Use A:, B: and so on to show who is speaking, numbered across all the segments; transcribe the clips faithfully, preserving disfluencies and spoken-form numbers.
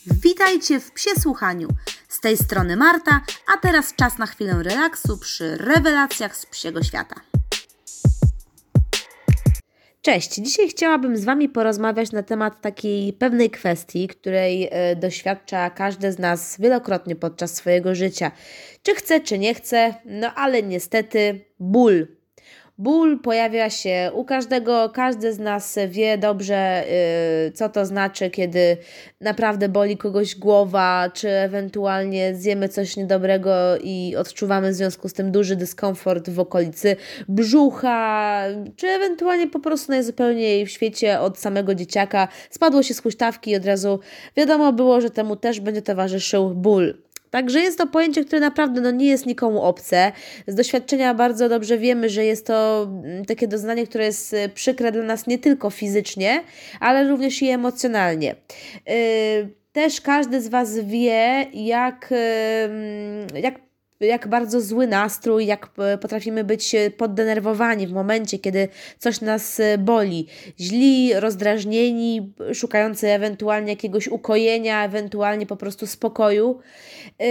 A: Witajcie w Psie Słuchaniu. Z tej strony Marta, a teraz czas na chwilę relaksu przy rewelacjach z psiego świata. Cześć, dzisiaj chciałabym z Wami porozmawiać na temat takiej pewnej kwestii, której y, doświadcza każdy z nas wielokrotnie podczas swojego życia. Czy chce, czy nie chce, no ale niestety ból. Ból pojawia się u każdego, każdy z nas wie dobrze, yy, co to znaczy, kiedy naprawdę boli kogoś głowa, czy ewentualnie zjemy coś niedobrego i odczuwamy w związku z tym duży dyskomfort w okolicy brzucha, czy ewentualnie po prostu najzupełniej w świecie od samego dzieciaka spadło się z huśtawki i od razu wiadomo było, że temu też będzie towarzyszył ból. Także jest to pojęcie, które naprawdę no, nie jest nikomu obce. Z doświadczenia bardzo dobrze wiemy, że jest to takie doznanie, które jest przykre dla nas nie tylko fizycznie, ale również i emocjonalnie. Yy, też każdy z Was wie, jak, yy, jak jak bardzo zły nastrój, jak potrafimy być poddenerwowani w momencie, kiedy coś nas boli. Źli, rozdrażnieni, szukający ewentualnie jakiegoś ukojenia, ewentualnie po prostu spokoju. Yy,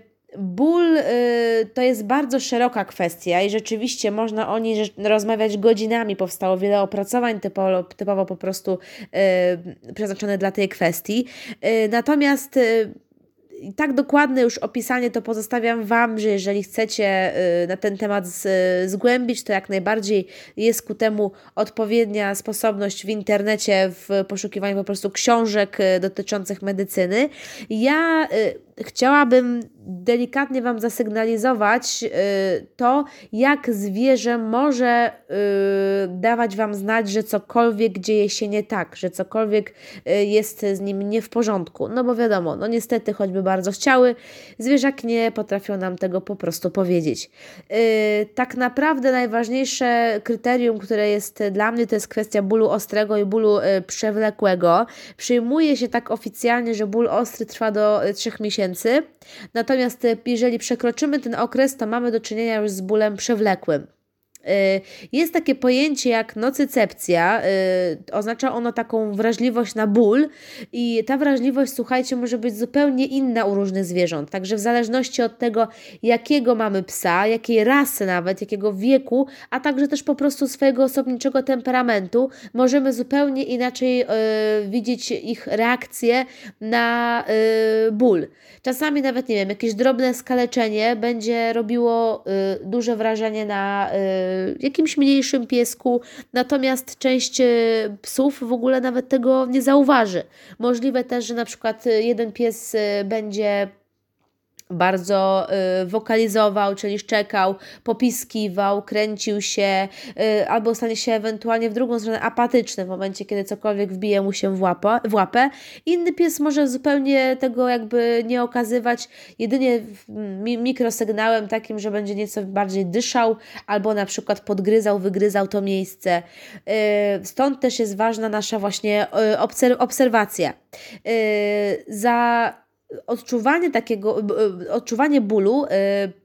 A: Ból yy, to jest bardzo szeroka kwestia i rzeczywiście można o niej rozmawiać godzinami. Powstało wiele opracowań typowo, typowo po prostu yy, przeznaczone dla tej kwestii. Yy, natomiast yy, I tak dokładne już opisanie to pozostawiam Wam, że jeżeli chcecie y, na ten temat z, zgłębić, to jak najbardziej jest ku temu odpowiednia sposobność w internecie, w poszukiwaniu po prostu książek y, dotyczących medycyny. Ja y, chciałabym delikatnie Wam zasygnalizować y, to, jak zwierzę może y, dawać Wam znać, że cokolwiek dzieje się nie tak, że cokolwiek y, jest z nim nie w porządku. No bo wiadomo, no niestety, choćby bardzo chciały, zwierzaki nie potrafią nam tego po prostu powiedzieć. Yy, tak naprawdę najważniejsze kryterium, które jest dla mnie, to jest kwestia bólu ostrego i bólu yy, przewlekłego. Przyjmuje się tak oficjalnie, że ból ostry trwa do yy, trzech miesięcy, natomiast yy, jeżeli przekroczymy ten okres, to mamy do czynienia już z bólem przewlekłym. Jest takie pojęcie jak nocycepcja, yy, oznacza ono taką wrażliwość na ból i ta wrażliwość, słuchajcie, może być zupełnie inna u różnych zwierząt, także w zależności od tego, jakiego mamy psa, jakiej rasy nawet, jakiego wieku, a także też po prostu swojego osobniczego temperamentu, możemy zupełnie inaczej yy, widzieć ich reakcje na yy, ból. Czasami nawet, nie wiem, jakieś drobne skaleczenie będzie robiło yy, duże wrażenie na yy, jakimś mniejszym piesku, natomiast część psów w ogóle nawet tego nie zauważy. Możliwe też, że na przykład jeden pies będzie bardzo y, wokalizował, czyli szczekał, popiskiwał, kręcił się, y, albo stanie się ewentualnie w drugą stronę apatyczny w momencie, kiedy cokolwiek wbije mu się w łapę, w łapę. Inny pies może zupełnie tego jakby nie okazywać, jedynie mi, mikrosygnałem takim, że będzie nieco bardziej dyszał, albo na przykład podgryzał, wygryzał to miejsce. Y, stąd też jest ważna nasza właśnie y, obserw- obserwacja. Y, za Odczuwanie takiego, odczuwanie bólu yy,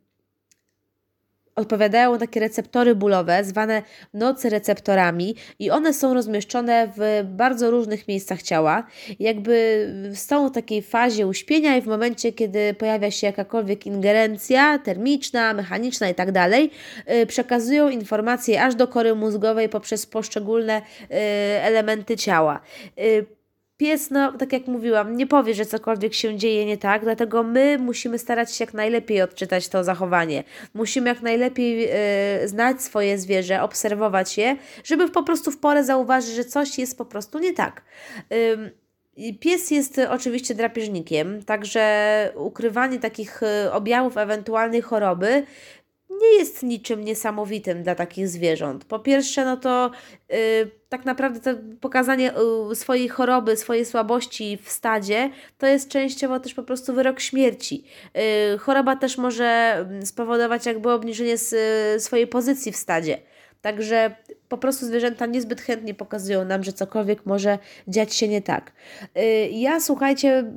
A: odpowiadają takie receptory bólowe, zwane nocereceptorami i one są rozmieszczone w bardzo różnych miejscach ciała. Jakby są w takiej fazie uśpienia i w momencie, kiedy pojawia się jakakolwiek ingerencja termiczna, mechaniczna i tak dalej, przekazują informacje aż do kory mózgowej poprzez poszczególne yy, elementy ciała. Yy, Pies, no tak jak mówiłam, nie powie, że cokolwiek się dzieje nie tak, dlatego my musimy starać się jak najlepiej odczytać to zachowanie. Musimy jak najlepiej yy, znać swoje zwierzę, obserwować je, żeby po prostu w porę zauważyć, że coś jest po prostu nie tak. Yy, Pies jest oczywiście drapieżnikiem, także ukrywanie takich objawów ewentualnej choroby nie jest niczym niesamowitym dla takich zwierząt. Po pierwsze, no to yy, tak naprawdę to pokazanie yy, swojej choroby, swojej słabości w stadzie, to jest częściowo też po prostu wyrok śmierci. Yy, choroba też może spowodować jakby obniżenie z, yy, swojej pozycji w stadzie. Także po prostu zwierzęta niezbyt chętnie pokazują nam, że cokolwiek może dziać się nie tak. Yy, ja, słuchajcie,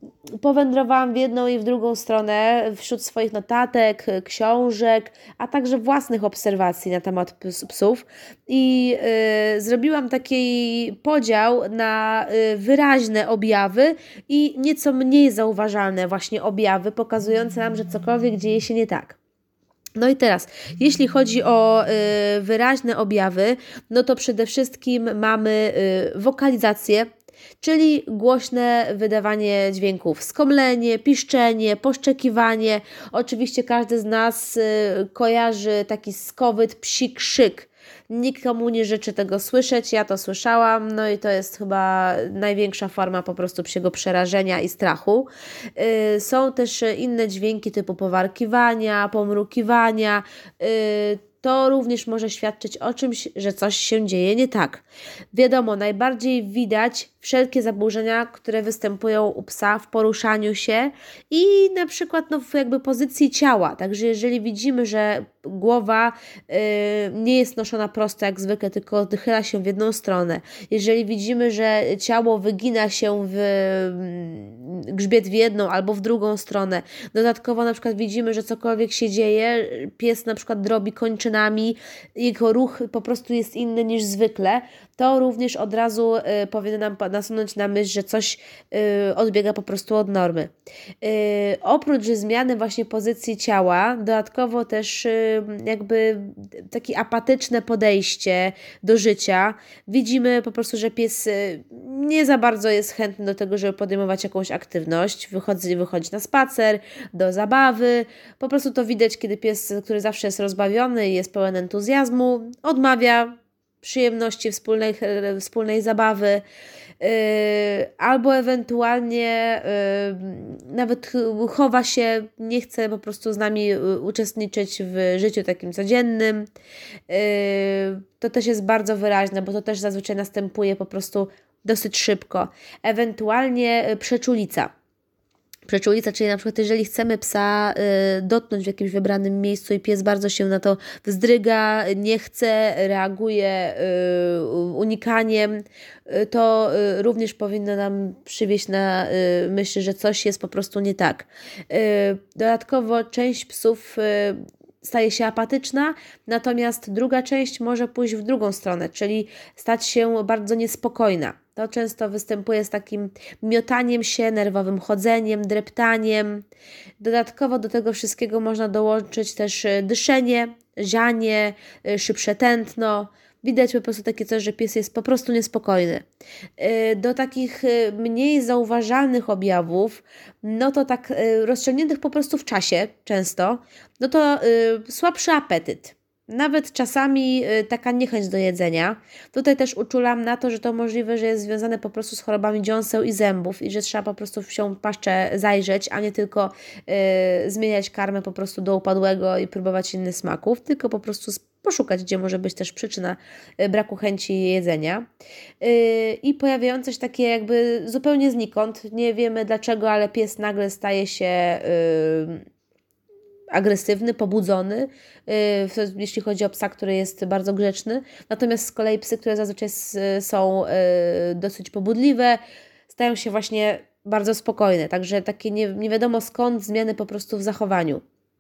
A: powędrowałam w jedną i w drugą stronę wśród swoich notatek, książek, a także własnych obserwacji na temat psów i y, zrobiłam taki podział na y, wyraźne objawy i nieco mniej zauważalne właśnie objawy, pokazujące nam, że cokolwiek dzieje się nie tak. No i teraz, jeśli chodzi o y, wyraźne objawy, no to przede wszystkim mamy y, wokalizację, czyli głośne wydawanie dźwięków, skomlenie, piszczenie, poszczekiwanie. Oczywiście każdy z nas y, kojarzy taki skowyt, psi krzyk. Nikomu nie życzy tego słyszeć, ja to słyszałam, no i to jest chyba największa forma po prostu psiego przerażenia i strachu. Yy, są też inne dźwięki typu powarkiwania, pomrukiwania, yy, to również może świadczyć o czymś, że coś się dzieje nie tak. Wiadomo, najbardziej widać wszelkie zaburzenia, które występują u psa w poruszaniu się i na przykład no, w jakby pozycji ciała. Także jeżeli widzimy, że głowa y, nie jest noszona prosto jak zwykle, tylko odchyla się w jedną stronę. Jeżeli widzimy, że ciało wygina się w y, grzbiet w jedną albo w drugą stronę. Dodatkowo na przykład widzimy, że cokolwiek się dzieje, pies na przykład drobi kończynami, jego ruch po prostu jest inny niż zwykle, to również od razu y, powinno nam nasunąć na myśl, że coś y, odbiega po prostu od normy. Y, oprócz zmiany właśnie pozycji ciała, dodatkowo też y, jakby takie apatyczne podejście do życia. Widzimy po prostu, że pies y, nie za bardzo jest chętny do tego, żeby podejmować jakąś aktywność, wychodzi, wychodzi na spacer, do zabawy. Po prostu to widać, kiedy pies, który zawsze jest rozbawiony i jest pełen entuzjazmu, odmawia przyjemności wspólnej, wspólnej zabawy, yy, albo ewentualnie yy, nawet chowa się, nie chce po prostu z nami uczestniczyć w życiu takim codziennym. Yy, to też jest bardzo wyraźne, bo to też zazwyczaj następuje po prostu dosyć szybko. Ewentualnie przeczulica. Przeczulica, czyli na przykład jeżeli chcemy psa y, dotknąć w jakimś wybranym miejscu i pies bardzo się na to wzdryga, nie chce, reaguje y, unikaniem, y, to y, również powinno nam przywieść na y, myśl, że coś jest po prostu nie tak. Y, dodatkowo część psów y, staje się apatyczna, natomiast druga część może pójść w drugą stronę, czyli stać się bardzo niespokojna. To często występuje z takim miotaniem się, nerwowym chodzeniem, dreptaniem. Dodatkowo do tego wszystkiego można dołączyć też dyszenie, zianie, szybsze tętno. Widać po prostu takie coś, że pies jest po prostu niespokojny. Do takich mniej zauważalnych objawów, no to tak rozciągniętych po prostu w czasie często, no to słabszy apetyt. Nawet czasami y, taka niechęć do jedzenia. Tutaj też uczulam na to, że to możliwe, że jest związane po prostu z chorobami dziąseł i zębów i że trzeba po prostu w psią paszczę zajrzeć, a nie tylko y, zmieniać karmę po prostu do upadłego i próbować innych smaków, tylko po prostu poszukać, gdzie może być też przyczyna y, braku chęci jedzenia. Y, I pojawiające się takie jakby zupełnie znikąd, nie wiemy dlaczego, ale pies nagle staje się Y, agresywny, pobudzony, yy, jeśli chodzi o psa, który jest bardzo grzeczny. Natomiast z kolei psy, które zazwyczaj s- są yy, dosyć pobudliwe, stają się właśnie bardzo spokojne. Także takie nie, nie wiadomo skąd zmiany po prostu w zachowaniu.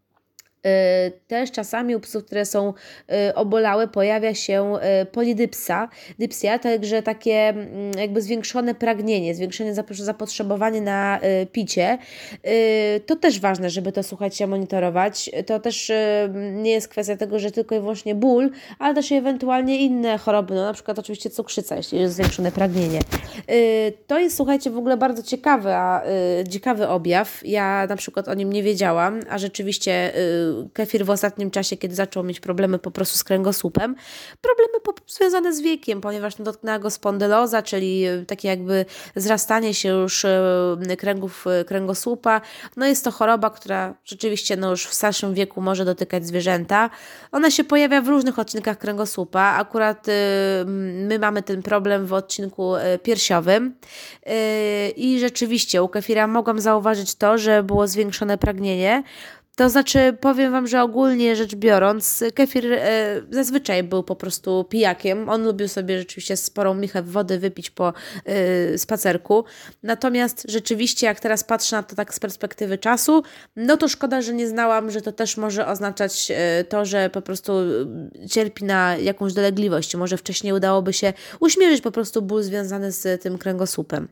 A: Też czasami u psów, które są obolałe, pojawia się polidypsa, dypsja, także takie jakby zwiększone pragnienie, zwiększone zapotrzebowanie na picie. To też ważne, żeby to, słuchajcie, monitorować. To też nie jest kwestia tego, że tylko i wyłącznie ból, ale też ewentualnie inne choroby, no na przykład oczywiście cukrzyca, jeśli jest zwiększone pragnienie. To jest, słuchajcie, w ogóle bardzo ciekawy, a, ciekawy objaw. Ja na przykład o nim nie wiedziałam, a rzeczywiście Kefir w ostatnim czasie, kiedy zaczął mieć problemy po prostu z kręgosłupem, problemy po, związane z wiekiem, ponieważ no, dotknęła go spondyloza, czyli takie jakby zrastanie się już kręgów kręgosłupa. No jest to choroba, która rzeczywiście no, już w starszym wieku może dotykać zwierzęta. Ona się pojawia w różnych odcinkach kręgosłupa. Akurat y, my mamy ten problem w odcinku piersiowym y, i rzeczywiście u Kefira mogłam zauważyć to, że było zwiększone pragnienie. To znaczy, powiem Wam, że ogólnie rzecz biorąc, kefir e, zazwyczaj był po prostu pijakiem. On lubił sobie rzeczywiście sporą michę wody wypić po e, spacerku. Natomiast rzeczywiście, jak teraz patrzę na to tak z perspektywy czasu, no to szkoda, że nie znałam, że to też może oznaczać e, to, że po prostu e, cierpi na jakąś dolegliwość. Może wcześniej udałoby się uśmierzyć po prostu ból związany z tym kręgosłupem.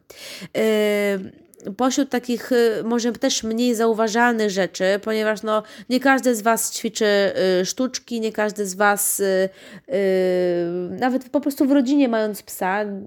A: E, Pośród takich y, może też mniej zauważalnych rzeczy, ponieważ no, nie każdy z Was ćwiczy y, sztuczki, nie każdy z Was, y, y, nawet po prostu w rodzinie mając psa, y,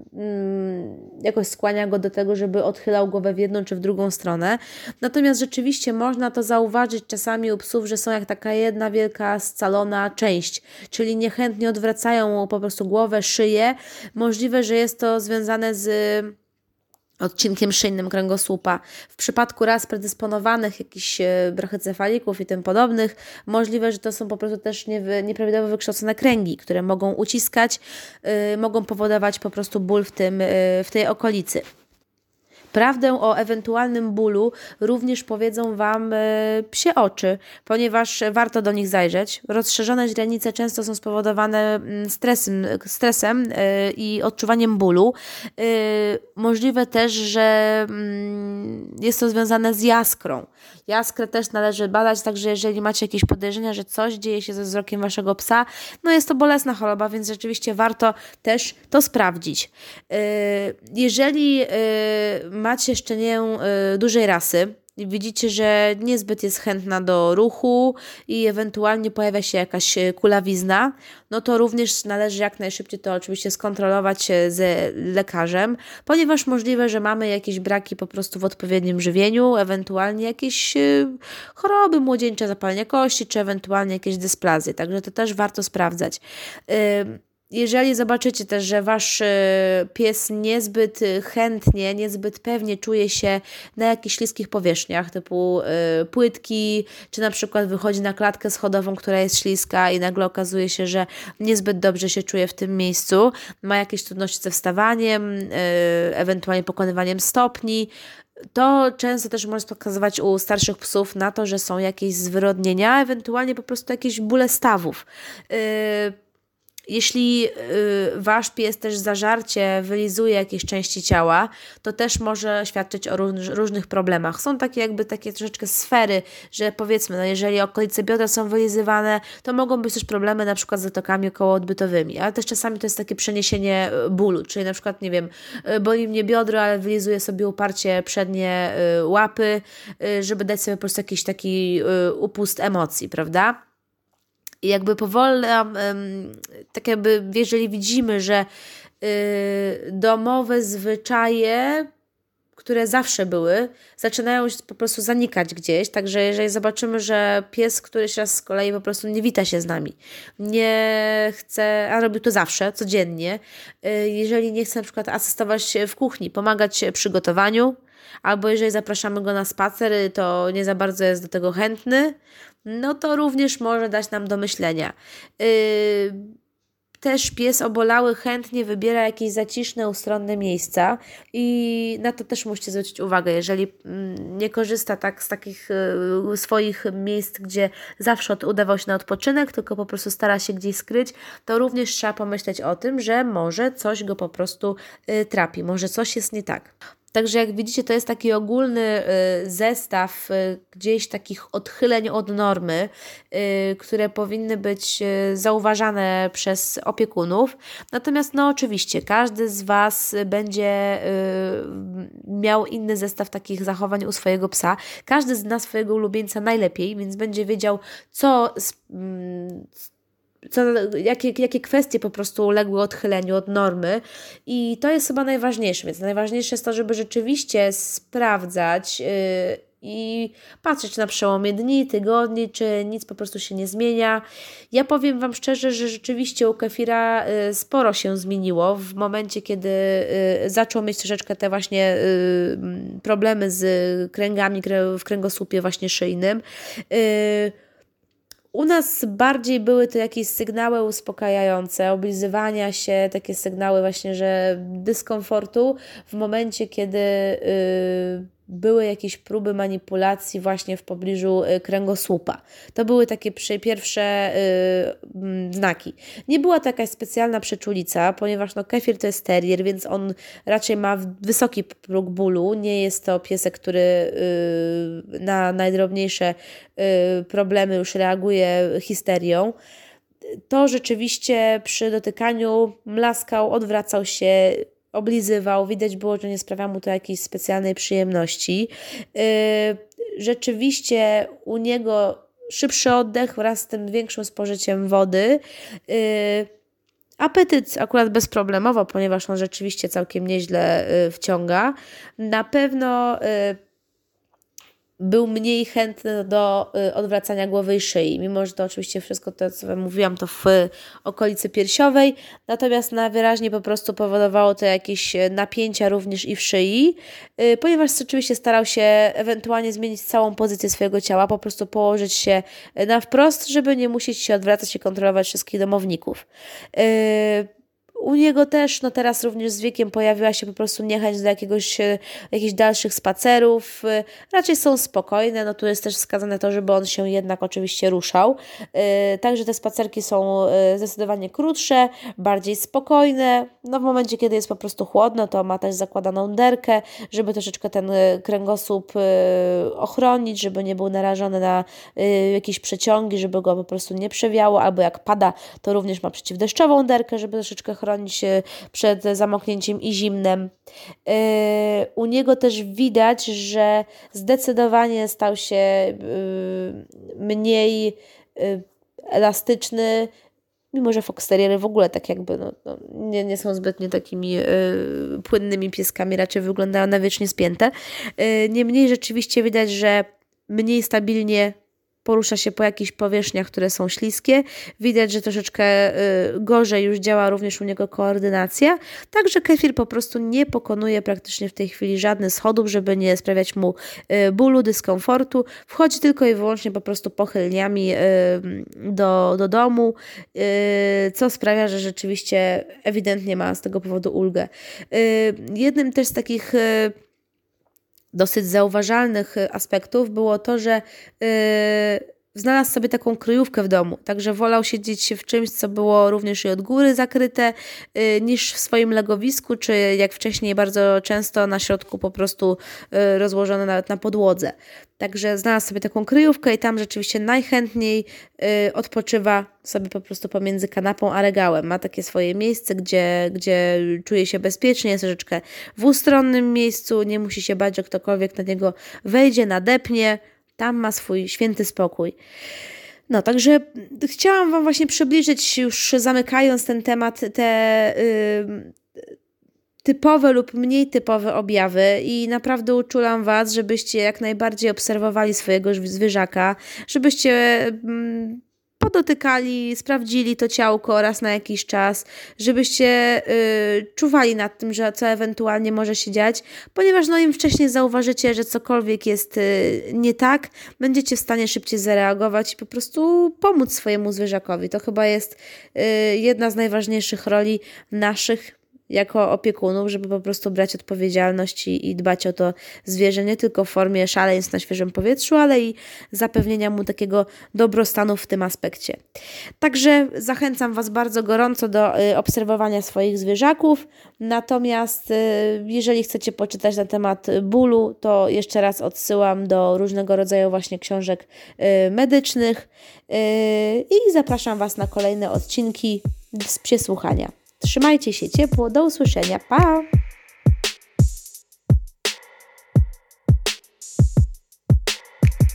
A: jakoś skłania go do tego, żeby odchylał głowę w jedną czy w drugą stronę. Natomiast rzeczywiście można to zauważyć czasami u psów, że są jak taka jedna wielka scalona część, czyli niechętnie odwracają po prostu głowę, szyję. Możliwe, że jest to związane z odcinkiem szyjnym kręgosłupa. W przypadku raz predysponowanych jakichś brachydcefalików i tym podobnych, możliwe, że to są po prostu też nie, nieprawidłowo wykształcone kręgi, które mogą uciskać, yy, mogą powodować po prostu ból w, tym, yy, w tej okolicy. Prawdę o ewentualnym bólu również powiedzą Wam y, psie oczy, ponieważ warto do nich zajrzeć. Rozszerzone źrenice często są spowodowane stresem, stresem y, i odczuwaniem bólu. Y, możliwe też, że y, jest to związane z jaskrą. Jaskrę też należy badać, także jeżeli macie jakieś podejrzenia, że coś dzieje się ze wzrokiem Waszego psa, no jest to bolesna choroba, więc rzeczywiście warto też to sprawdzić. Y, jeżeli y, macie szczenię y, dużej rasy i widzicie, że niezbyt jest chętna do ruchu i ewentualnie pojawia się jakaś kulawizna, no to również należy jak najszybciej to oczywiście skontrolować z lekarzem, ponieważ możliwe, że mamy jakieś braki po prostu w odpowiednim żywieniu, ewentualnie jakieś y, choroby młodzieńcze, zapalenie kości, czy ewentualnie jakieś dysplazje, także to też warto sprawdzać. Y, Jeżeli zobaczycie też, że Wasz pies niezbyt chętnie, niezbyt pewnie czuje się na jakichś śliskich powierzchniach, typu y, płytki, czy na przykład wychodzi na klatkę schodową, która jest śliska i nagle okazuje się, że niezbyt dobrze się czuje w tym miejscu, ma jakieś trudności ze wstawaniem, y, ewentualnie pokonywaniem stopni, to często też może pokazywać u starszych psów na to, że są jakieś zwyrodnienia, ewentualnie po prostu jakieś bóle stawów. Y, Jeśli y, Wasz pies też zażarcie wylizuje jakieś części ciała, to też może świadczyć o róż, różnych problemach. Są takie jakby takie troszeczkę sfery, że powiedzmy, no jeżeli okolice biodra są wylizywane, to mogą być też problemy na przykład z zatokami okołoodbytowymi, ale też czasami to jest takie przeniesienie bólu, czyli na przykład, nie wiem, boli mnie biodro, ale wylizuję sobie uparcie przednie y, łapy, y, żeby dać sobie po prostu jakiś taki y, upust emocji, prawda? I jakby powolna, tak jakby jeżeli widzimy, że y, domowe zwyczaje, które zawsze były, zaczynają się po prostu zanikać gdzieś, także jeżeli zobaczymy, że pies któryś raz z kolei po prostu nie wita się z nami, nie chce, a robi to zawsze, codziennie, y, jeżeli nie chce na przykład asystować w kuchni, pomagać przy gotowaniu, albo jeżeli zapraszamy go na spacer, to nie za bardzo jest do tego chętny, no to również może dać nam do myślenia. Yy, też pies obolały chętnie wybiera jakieś zaciszne, ustronne miejsca i na to też musicie zwrócić uwagę. Jeżeli mm, nie korzysta tak z takich y, swoich miejsc, gdzie zawsze udawał się na odpoczynek, tylko po prostu stara się gdzieś skryć, to również trzeba pomyśleć o tym, że może coś go po prostu y, trapi, może coś jest nie tak. Także jak widzicie, to jest taki ogólny y, zestaw y, gdzieś takich odchyleń od normy, y, które powinny być y, zauważane przez opiekunów. Natomiast no oczywiście każdy z Was będzie y, miał inny zestaw takich zachowań u swojego psa. Każdy zna swojego ulubieńca najlepiej, więc będzie wiedział, co z, mm, Co, jakie, jakie kwestie po prostu uległy odchyleniu od normy i to jest chyba najważniejsze, więc najważniejsze jest to, żeby rzeczywiście sprawdzać yy, i patrzeć na przełomie dni, tygodni, czy nic po prostu się nie zmienia. Ja powiem Wam szczerze, że rzeczywiście u Kefira y, sporo się zmieniło w momencie, kiedy y, zaczął mieć troszeczkę te właśnie y, problemy z kręgami w kręgosłupie właśnie szyjnym. Y, U nas bardziej były to jakieś sygnały uspokajające, oblizywania się, takie sygnały właśnie, że dyskomfortu w momencie, kiedy yy, były jakieś próby manipulacji właśnie w pobliżu kręgosłupa. To były takie pierwsze yy, znaki. Nie była to jakaś specjalna przeczulica, ponieważ no, kefir to jest terrier, więc on raczej ma wysoki próg bólu. Nie jest to piesek, który yy, na najdrobniejsze yy, problemy już reaguje histerią. To rzeczywiście przy dotykaniu mlaskał, odwracał się, oblizywał. Widać było, że nie sprawia mu to jakiejś specjalnej przyjemności. Yy, rzeczywiście u niego szybszy oddech wraz z tym większym spożyciem wody. Yy, apetyt akurat bezproblemowo, ponieważ on rzeczywiście całkiem nieźle yy, wciąga. Na pewno yy, był mniej chętny do y, odwracania głowy i szyi, mimo że to oczywiście wszystko to, co Wam mówiłam, to w y, okolicy piersiowej, natomiast najwyraźniej po prostu powodowało to jakieś napięcia również i w szyi, y, ponieważ oczywiście starał się ewentualnie zmienić całą pozycję swojego ciała, po prostu położyć się na wprost, żeby nie musieć się odwracać i kontrolować wszystkich domowników. Y, U niego też, no teraz również z wiekiem pojawiła się po prostu niechęć do jakiegoś, jakichś dalszych spacerów. Raczej są spokojne, no tu jest też wskazane to, żeby on się jednak oczywiście ruszał. Yy, także te spacerki są yy, zdecydowanie krótsze, bardziej spokojne. No w momencie, kiedy jest po prostu chłodno, to ma też zakładaną derkę, żeby troszeczkę ten kręgosłup yy, ochronić, żeby nie był narażony na yy, jakieś przeciągi, żeby go po prostu nie przewiało, albo jak pada, to również ma przeciwdeszczową derkę, żeby troszeczkę chronić się przed zamoknięciem i zimnem. Yy, u niego też widać, że zdecydowanie stał się yy, mniej yy, elastyczny, mimo że fox terriery w ogóle tak jakby no, no, nie, nie są zbytnio takimi yy, płynnymi pieskami, raczej wyglądają na wiecznie spięte. Yy, niemniej rzeczywiście widać, że mniej stabilnie porusza się po jakichś powierzchniach, które są śliskie. Widać, że troszeczkę y, gorzej już działa również u niego koordynacja. Także kefir po prostu nie pokonuje praktycznie w tej chwili żadnych schodów, żeby nie sprawiać mu y, bólu, dyskomfortu. Wchodzi tylko i wyłącznie po prostu pochylniami y, do, do domu, y, co sprawia, że rzeczywiście ewidentnie ma z tego powodu ulgę. Y, jednym też z takich y, dosyć zauważalnych aspektów było to, że yy, znalazł sobie taką kryjówkę w domu, także wolał siedzieć w czymś, co było również i od góry zakryte, yy, niż w swoim legowisku, czy jak wcześniej bardzo często na środku po prostu yy, rozłożone nawet na podłodze. Także znalazł sobie taką kryjówkę i tam rzeczywiście najchętniej yy, odpoczywa sobie po prostu pomiędzy kanapą a regałem. Ma takie swoje miejsce, gdzie, gdzie czuje się bezpiecznie, jest troszeczkę w ustronnym miejscu, nie musi się bać, że ktokolwiek na niego wejdzie, nadepnie. Tam ma swój święty spokój. No, także chciałam Wam właśnie przybliżyć, już zamykając ten temat, te yy, typowe lub mniej typowe objawy i naprawdę uczulam Was, żebyście jak najbardziej obserwowali swojego zwierzaka, żebyście yy, podotykali, sprawdzili to ciałko raz na jakiś czas, żebyście y, czuwali nad tym, że co ewentualnie może się dziać, ponieważ no im wcześniej zauważycie, że cokolwiek jest y, nie tak, będziecie w stanie szybciej zareagować i po prostu pomóc swojemu zwierzakowi. To chyba jest y, jedna z najważniejszych roli naszych jako opiekunów, żeby po prostu brać odpowiedzialność i, i dbać o to zwierzę nie tylko w formie szaleństw na świeżym powietrzu, ale i zapewnienia mu takiego dobrostanu w tym aspekcie. Także zachęcam Was bardzo gorąco do y, obserwowania swoich zwierzaków, natomiast y, jeżeli chcecie poczytać na temat bólu, to jeszcze raz odsyłam do różnego rodzaju właśnie książek y, medycznych y, i zapraszam Was na kolejne odcinki z przesłuchania. Trzymajcie się ciepło, do usłyszenia, pa!